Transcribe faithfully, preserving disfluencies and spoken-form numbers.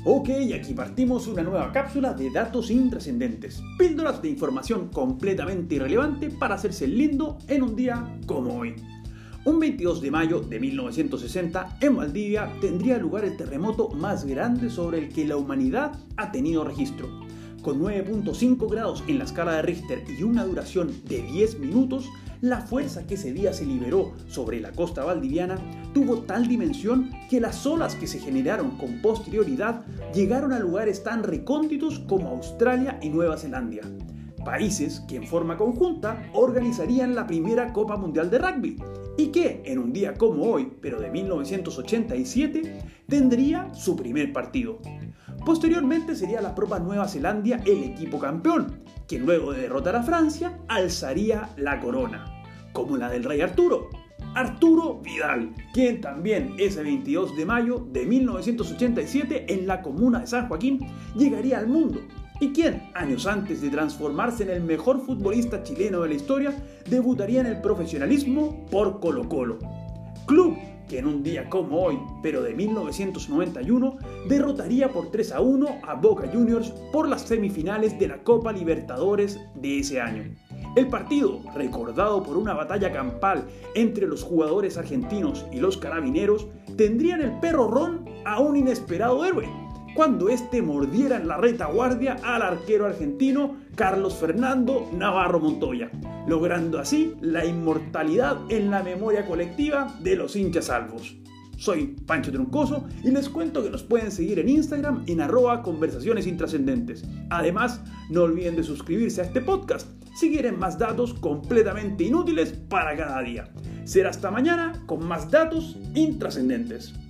Ok, aquí partimos una nueva cápsula de datos intrascendentes. Píldoras de información completamente irrelevante para hacerse lindo en un día como hoy. Un veintidós de mayo de mil novecientos sesenta, en Valdivia, tendría lugar el terremoto más grande sobre el que la humanidad ha tenido registro. Con nueve punto cinco grados en la escala de Richter y una duración de diez minutos, la fuerza que ese día se liberó sobre la costa valdiviana tuvo tal dimensión que las olas que se generaron con posterioridad llegaron a lugares tan recónditos como Australia y Nueva Zelanda, países que en forma conjunta organizarían la primera Copa Mundial de Rugby y que en un día como hoy, pero de mil novecientos ochenta y siete, tendría su primer partido. Posteriormente sería la propia Nueva Zelanda el equipo campeón, que luego de derrotar a Francia alzaría la corona, como la del rey Arturo, Arturo Vidal, quien también ese veintidós de mayo de mil novecientos ochenta y siete en la comuna de San Joaquín llegaría al mundo, y quien, años antes de transformarse en el mejor futbolista chileno de la historia, debutaría en el profesionalismo por Colo-Colo, club que en un día como hoy, pero de mil novecientos noventa y uno, derrotaría por tres a uno a Boca Juniors por las semifinales de la Copa Libertadores de ese año. El partido, recordado por una batalla campal entre los jugadores argentinos y los carabineros, tendría en el perro Ron a un inesperado héroe, cuando éste mordiera en la retaguardia al arquero argentino Carlos Fernando Navarro Montoya, logrando así la inmortalidad en la memoria colectiva de los hinchas albos. Soy Pancho Troncoso y les cuento que nos pueden seguir en Instagram en arroba conversaciones intrascendentes. Además, no olviden de suscribirse a este podcast si quieren más datos completamente inútiles para cada día. Será hasta mañana con más datos intrascendentes.